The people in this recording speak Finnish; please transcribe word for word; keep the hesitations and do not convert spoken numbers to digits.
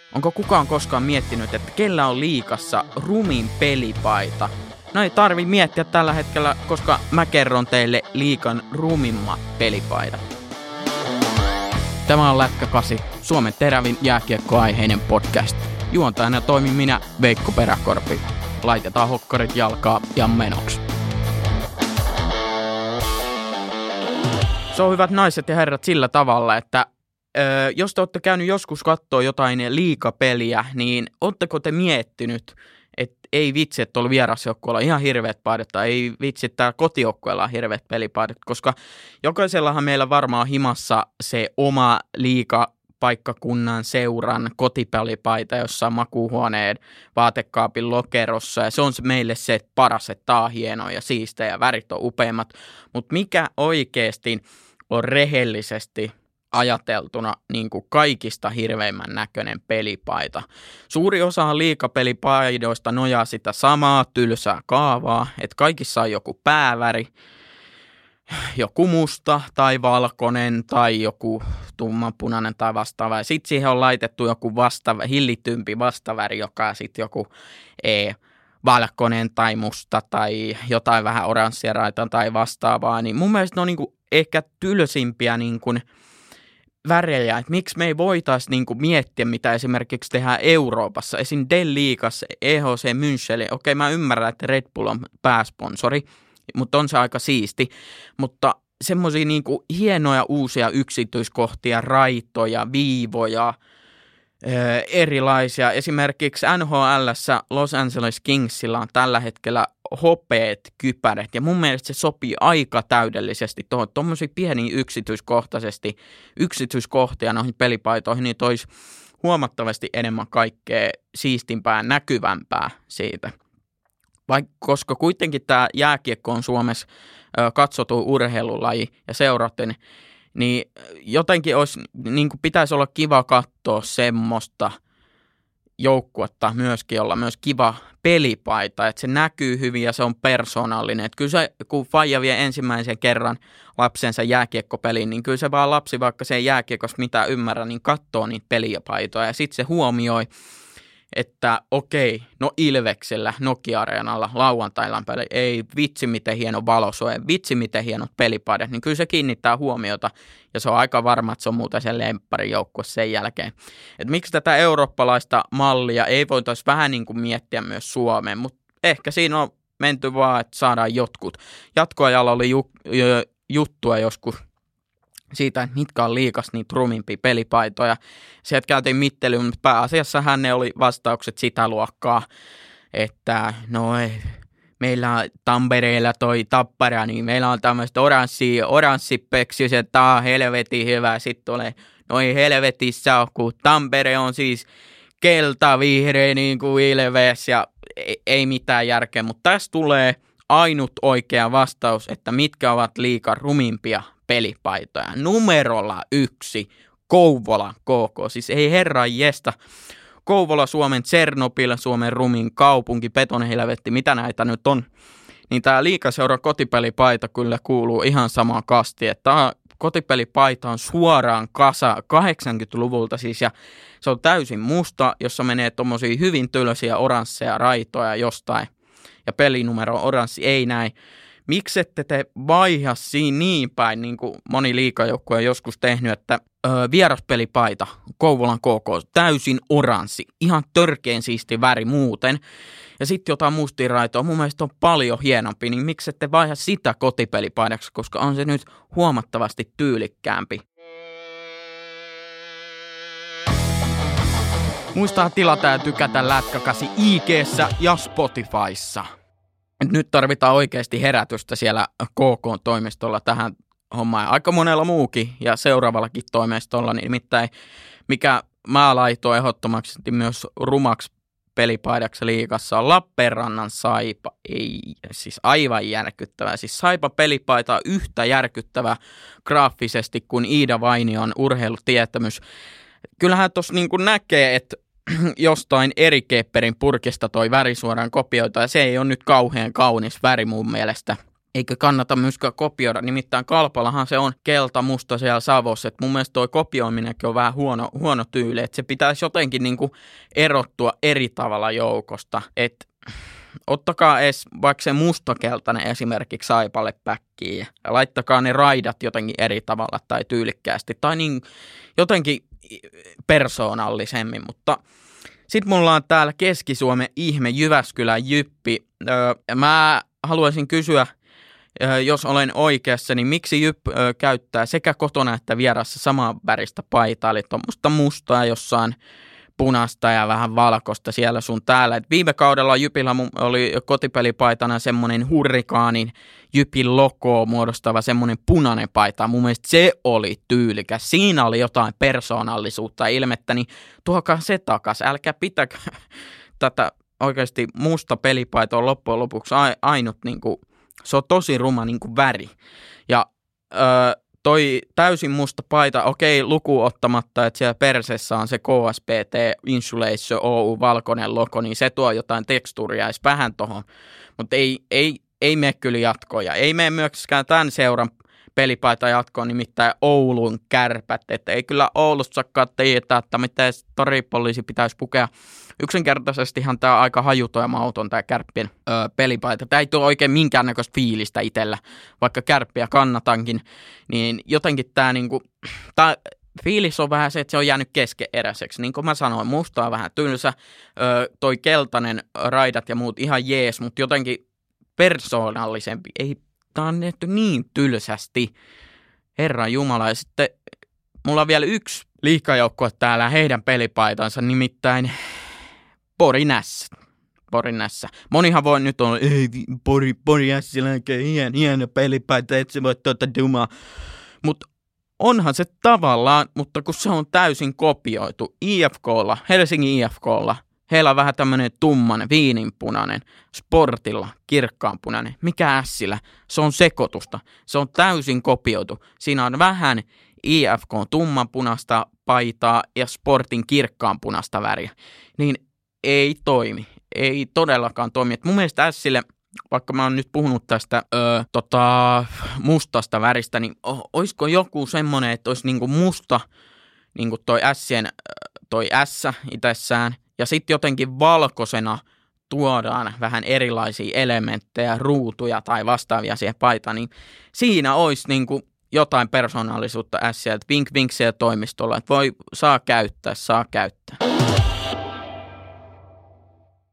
Onko kukaan koskaan miettinyt, että kellä on liigassa rumin pelipaita? No ei tarvi miettiä tällä hetkellä, koska mä kerron teille liigan rumimmat pelipaidat. Tämä on Lätkä kasi, Suomen terävin jääkiekkoaiheinen podcast. Juontajana toimin minä, Veikko Peräkorpi. Laitetaan hokkarit jalkaa ja menoksi. Se on, hyvät naiset ja herrat, sillä tavalla, että Öö, jos te olette käynyt joskus katsoa jotain liigapeliä, niin ootteko te miettinyt, että ei vitsi, että tuolla vierasjoukkueella on ihan hirveät paidat, tai ei vitsi, että täällä kotijoukkueella on hirveät pelipaidat, koska jokaisellahan meillä varmaan himassa se oma liigapaikkakunnan seuran kotipelipaita, jossa on makuuhuoneen vaatekaapin lokerossa, ja se on meille se paras, että tää on hienoa ja siistejä ja värit on upeimmat, mutta mikä oikeasti on rehellisesti ajateltuna niin kuin kaikista hirveimmän näköinen pelipaita. Suuri osa liigapelipaidoista nojaa sitä samaa tylsää kaavaa, että kaikissa on joku pääväri, joku musta tai valkoinen tai joku tummanpunainen tai vastaava. Sitten siihen on laitettu joku vastava, hillitympi vastaväri, joka on sitten joku e, valkoinen tai musta tai jotain vähän oranssia raitaa tai vastaavaa. Niin mun mielestä ne on niin kuin ehkä tylsimpiä niin kuin värejä, että miksi me ei voitaisi niinku miettiä, mitä esimerkiksi tehdään Euroopassa. Esim. D-liigassa, E H C München, okei mä ymmärrän, että Red Bull on pääsponsori, mutta on se aika siisti, mutta semmoisia niinku hienoja uusia yksityiskohtia, raitoja, viivoja, ää, erilaisia. Esimerkiksi N H L:ssä Los Angeles Kingsilla on tällä hetkellä hopeet kypärät, ja mun mielestä se sopii aika täydellisesti tuohon, tuommoisia pieniä yksityiskohtaisesti, yksityiskohtia noihin pelipaitoihin, niin toisi huomattavasti enemmän kaikkea siistimpää ja näkyvämpää siitä. Vaikka, koska kuitenkin tämä jääkiekko on Suomessa ö, katsotu urheilulaji ja seuraten, niin jotenkin olisi, niin kuin pitäisi olla kiva katsoa semmoista joukkuetta myöskin, olla myös kiva pelipaita, että se näkyy hyvin ja se on persoonallinen. Että kyllä se, kun faija vie ensimmäisen kerran lapsensa jääkiekkopeliin, niin kyllä se vaan lapsi, vaikka se ei jääkiekosta mitään ymmärrä, niin katsoo niitä pelipaitoja ja sitten se huomioi, että okei, no Ilveksellä, Nokia-areenalla, lauantailla peli, ei vitsi miten hieno valosuoja, vitsi miten hienot pelipaidat, niin kyllä se kiinnittää huomiota ja se on aika varma, että se on muuten se lempparijoukkue sen jälkeen. Että miksi tätä eurooppalaista mallia ei voitaisi vähän niin kuin miettiä myös Suomeen, mutta ehkä siinä on menty vaan, että saadaan jotkut. Jatkoajalla oli ju- ju- juttua joskus siitä, että mitkä on liikas niitä rumimpia pelipaitoja. Sieltä käytiin mittelyyn, mutta pääasiassa hän ne oli vastaukset sitä luokkaa, että no ei, meillä on Tampereella toi Tappara, niin meillä on tämmöistä oranssi, oranssipeksiset, tää on helvetin hyvä. Sitten tulee, no ei helvetissä ole, kun Tampere on siis kelta-vihreä niin kuin Ilves ja ei, ei mitään järkeä, mutta tässä tulee ainut oikea vastaus, että mitkä ovat liigan rumimpia pelipaitoja. Numerolla yksi, Kouvola K K. Siis ei herran jesta. Kouvola, Suomen Tsernobyl, Suomen rumin kaupunki, betonhelvetti, mitä näitä nyt on. Niin tää liigaseuran kotipelipaita kyllä kuuluu ihan samaan kastiin. Että tää kotipelipaita on suoraan kasa kahdeksankymmentäluvulta siis, ja se on täysin musta, jossa menee tommosia hyvin tylsiä oransseja raitoja jostain. Ja pelinumero oranssi, ei näin. Miksi ette te vaiha siinä niin päin, niin kuin moni liigajoukkue on joskus tehnyt, että ö, vieraspelipaita, Kouvolan K K, täysin oranssi, ihan törkeän siisti väri muuten, ja sitten jotain mustia raitoa, mun mielestä on paljon hienompi, niin miksi ette vaiha sitä kotipelipaidaksi, koska on se nyt huomattavasti tyylikkäämpi. Muistaa tilata ja tykätä Lätkä kasi I G:ssä ja Spotifyssa. Nyt tarvitaan oikeasti herätystä siellä K K-toimistolla tähän hommaan. Ja aika monella muukin ja seuraavallakin toimistolla, niin nimittäin mikä mä laitoin ehdottomasti myös rumaksi pelipaidaksi liigassa on Lappeenrannan Saipa. Ei, siis aivan järkyttävää. Siis Saipa pelipaita on yhtä järkyttävä graafisesti kuin Iida Vainion urheilutietämys. Kyllähän tuossa niin kuin näkee, että jostain eri kepperin purkista toi väri suoraan kopioita, ja se ei ole nyt kauhean kaunis väri mun mielestä. eikä kannata myöskään kopioida. Nimittäin Kalpallahan se on kelta musta siellä Savossa. Et mun mielestä toi kopioiminenkin on vähän huono, huono tyyli. Että se pitäisi jotenkin niinku erottua eri tavalla joukosta. Että ottakaa edes vaikka se mustakeltainen esimerkiksi Saipalle päkkiin ja laittakaa ne raidat jotenkin eri tavalla tai tyylikkäästi tai niin jotenkin persoonallisemmin, mutta sitten mulla on täällä Keski-Suomen ihme Jyväskylän Jyppi. Öö, mä haluaisin kysyä, öö, jos olen oikeassa, niin miksi Jyp öö, käyttää sekä kotona että vierassa samaa väristä paitaa, eli tuommoista mustaa jossain punaista ja vähän valkoista siellä sun täällä. Et viime kaudella Jypillä oli kotipelipaitana semmoinen hurrikaanin Jypin logoa muodostava semmoinen punainen paita. Mun mielestä se oli tyylikäs. Siinä oli jotain persoonallisuutta ja ilmettä, niin tuokaa se takas. Älkää pitäkö tätä oikeasti musta pelipaita on loppujen lopuksi ainut, niin kuin, se on tosi ruma niin kuin väri. Ja öö, toi täysin musta paita, okei, luku ottamatta, että siellä perseessä on se K S P T Insulation Oy valkoinen logo, niin se tuo jotain tekstuuria edes vähän tohon. Mutta ei, ei, ei mene kyllä jatkoja. Ei mene myöskään tämän seuran pelipaita jatkoon, nimittäin Oulun Kärpät. Että ei kyllä Oulussakaan tiedä, että miten toripoliisi pitäisi pukea. Yksinkertaisestihan tämä on aika hajuton ja mauton tämä Kärppien öö, pelipaita. Tämä ei tule oikein minkäännäköistä fiilistä itsellä, vaikka Kärppiä kannatankin. Niin jotenkin tämä niinku, tää fiilis on vähän se, että se on jäänyt keskeneräiseksi. Niin kuin mä sanoin, musta on vähän tylsä. Öö, toi keltainen raidat ja muut ihan jees, mutta jotenkin persoonallisempi. Ei, tää on tehty niin tylsästi. Herran Jumala. Ja sitten mulla on vielä yksi liigajoukkue täällä, heidän pelipaitansa, nimittäin Porin Ässät. Porin Ässä. Monihan voi nyt olla, ei, Pori, Pori Ässillä on hien, hieno pelipaita, et se voi tuota dumaa. Mutta onhan se tavallaan, mutta kun se on täysin kopioitu I F K:lla, Helsingin I F K:lla, heillä on vähän tämmöinen tumman, viininpunainen, Sportilla, kirkkaanpunainen. Mikä Ässillä? Se on sekoitusta. Se on täysin kopioitu. Siinä on vähän I F K:n tummanpunaista paitaa ja Sportin kirkkaanpunaista väriä. Niin ei toimi. Ei todellakaan toimi. Et mun mielestä Ässille, vaikka mä oon nyt puhunut tästä öö, tota, mustasta väristä, niin o, olisiko joku semmoinen, että olisi niinku musta niinku toi Ässien, toi Ässä itsessään, ja sitten jotenkin valkoisena tuodaan vähän erilaisia elementtejä, ruutuja tai vastaavia siihen paitaan, niin siinä olisi niinku jotain persoonallisuutta Ässiä, että vink vink siellä toimistolla, että voi, saa käyttää, saa käyttää.